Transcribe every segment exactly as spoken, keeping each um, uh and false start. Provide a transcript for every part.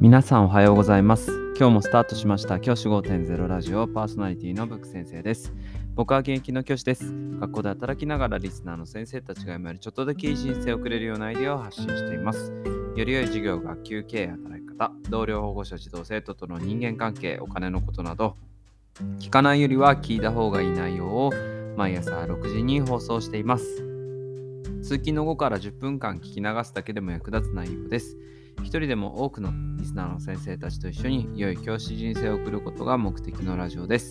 皆さんおはようございます。今日もスタートしました教師 ごてんゼロ ラジオパーソナリティのブック先生です。僕は現役の教師です。学校で働きながらリスナーの先生たちが今よりちょっとだけいい人生を送れるようなアイデアを発信しています。より良い授業、学級経営、働き方、同僚、保護者、児童生徒との人間関係、お金のことなど、聞かないよりは聞いた方がいい内容を毎朝ろくじに放送しています。通勤の後からじゅっぷんかん聞き流すだけでも役立つ内容です。一人でも多くのリスナーの先生たちと一緒に良い教師人生を送ることが目的のラジオです。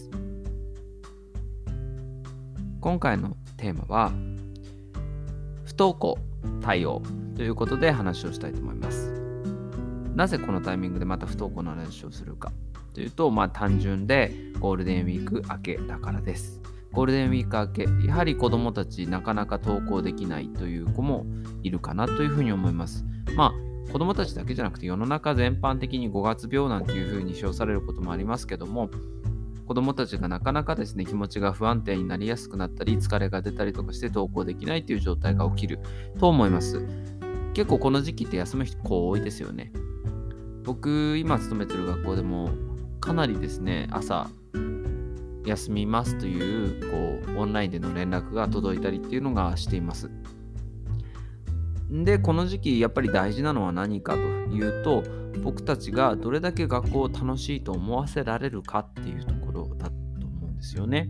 今回のテーマは不登校対応ということで話をしたいと思います。なぜこのタイミングでまた不登校の話をするかというと、まあ単純でゴールデンウィーク明けだからです。ゴールデンウィーク明け、やはり子どもたちなかなか登校できないという子もいるかなというふうに思います。まあ子どもたちだけじゃなくて世の中全般的にごがつ病なんていうふうに称されることもありますけども、子どもたちがなかなかですね、気持ちが不安定になりやすくなったり、疲れが出たりとかして登校できないという状態が起きると思います。結構この時期って休む人多いですよね。僕今勤めてる学校でもかなりですね、朝休みますというこうオンラインでの連絡が届いたりっていうのがしています。で、この時期やっぱり大事なのは何かというと、僕たちがどれだけ学校を楽しいと思わせられるかっていうところだと思うんですよね。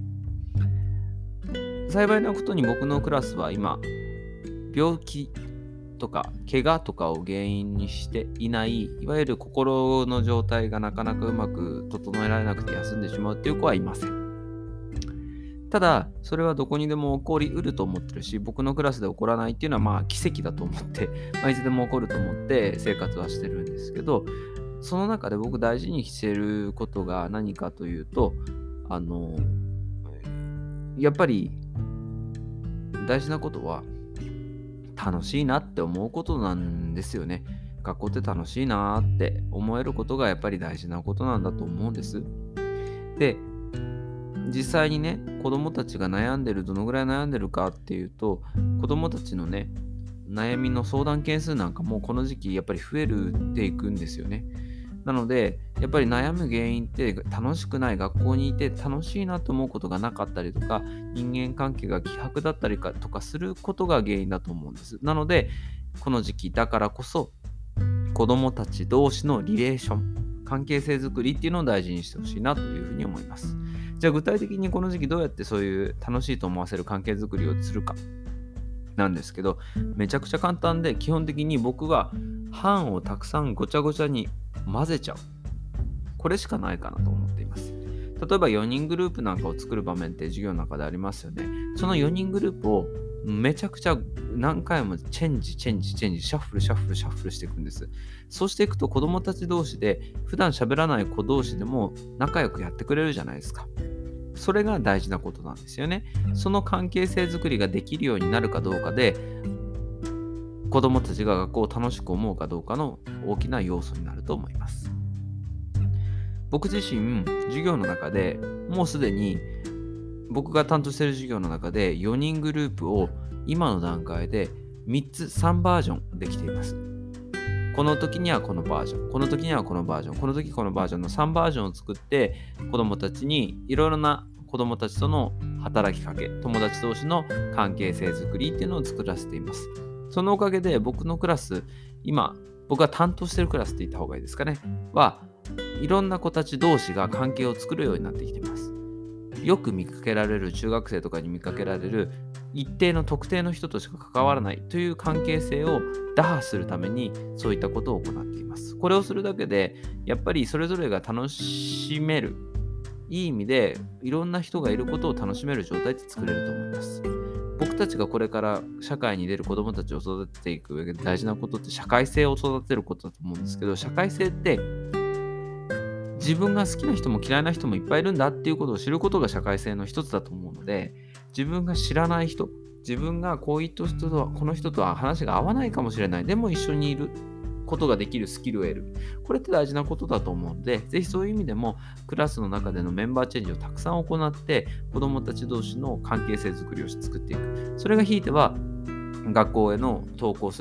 幸いなことに僕のクラスは今病気とか怪我とかを原因にしていない、いわゆる心の状態がなかなかうまく整えられなくて休んでしまうっていう子はいません。ただそれはどこにでも起こりうると思ってるし、僕のクラスで起こらないっていうのはまあ奇跡だと思って、まあ、いつでも起こると思って生活はしてるんですけど、その中で僕大事にしてることが何かというと、あのやっぱり大事なことは楽しいなって思うことなんですよね。学校って楽しいなって思えることがやっぱり大事なことなんだと思うんです。で、実際にね、子どもたちが悩んでる、どのぐらい悩んでるかっていうと、子どもたちのね、悩みの相談件数なんかもこの時期やっぱり増えるっていくんですよね。なので、やっぱり悩む原因って楽しくない、学校にいて楽しいなと思うことがなかったりとか、人間関係が希薄だったりかとかすることが原因だと思うんです。なので、この時期だからこそ、子どもたち同士のリレーション、関係性づくりっていうのを大事にしてほしいなというふうに思います。じゃあ具体的にこの時期どうやってそういう楽しいと思わせる関係づくりをするかなんですけど、めちゃくちゃ簡単で、基本的に僕は班をたくさんごちゃごちゃに混ぜちゃう。これしかないかなと思っています。例えばよにんグループなんかを作る場面って授業の中でありますよね。そのよにんグループをめちゃくちゃ何回もチェンジチェンジチェンジシャッフルシャッフルシャッフルしていくんです。そうしていくと子どもたち同士で普段喋らない子同士でも仲良くやってくれるじゃないですか。それが大事なことなんですよね。その関係性づくりができるようになるかどうかで、子どもたちが学校を楽しく思うかどうかの大きな要素になると思います。僕自身、授業の中でもうすでに僕が担当している授業の中でよにんグループを今の段階でみっつさんバージョンできています。この時にはこのバージョン、この時にはこのバージョン、この時このバージョンのさんバージョンを作って子どもたちにいろいろな子どもたちとの働きかけ、友達同士の関係性づくりっていうのを作らせています。そのおかげで僕のクラス、今僕が担当しているクラスって言った方がいいですかね、はいろんな子たち同士が関係を作るようになってきています。よく見かけられる、中学生とかに見かけられる一定の特定の人としか関わらないという関係性を打破するためにそういったことを行っています。これをするだけでやっぱりそれぞれが楽しめる、いい意味でいろんな人がいることを楽しめる状態って作れると思います。僕たちがこれから社会に出る子どもたちを育てていく上で大事なことって社会性を育てることだと思うんですけど、社会性って自分が好きな人も嫌いな人もいっぱいいるんだっていうことを知ることが社会性の一つだと思うので、自分が知らない人、自分がこういった人とは、この人とは話が合わないかもしれない、でも一緒にいることができるスキルを得る、これって大事なことだと思うので、ぜひそういう意味でもクラスの中でのメンバーチェンジをたくさん行って子どもたち同士の関係性づくりを作っていく。それがひいては学校への登校する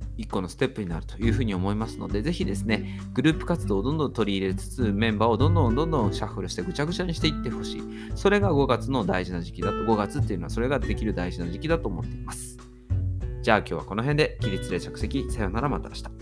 一個のステップになるというふうに思いますので、ぜひですね、グループ活動をどんどん取り入れつつ、メンバーをどんどんどんどんシャッフルしてぐちゃぐちゃにしていってほしい。それがごがつの大事な時期だと、ごがつっていうのはそれができる大事な時期だと思っています。じゃあ今日はこの辺で起立で着席。さよなら、また明日。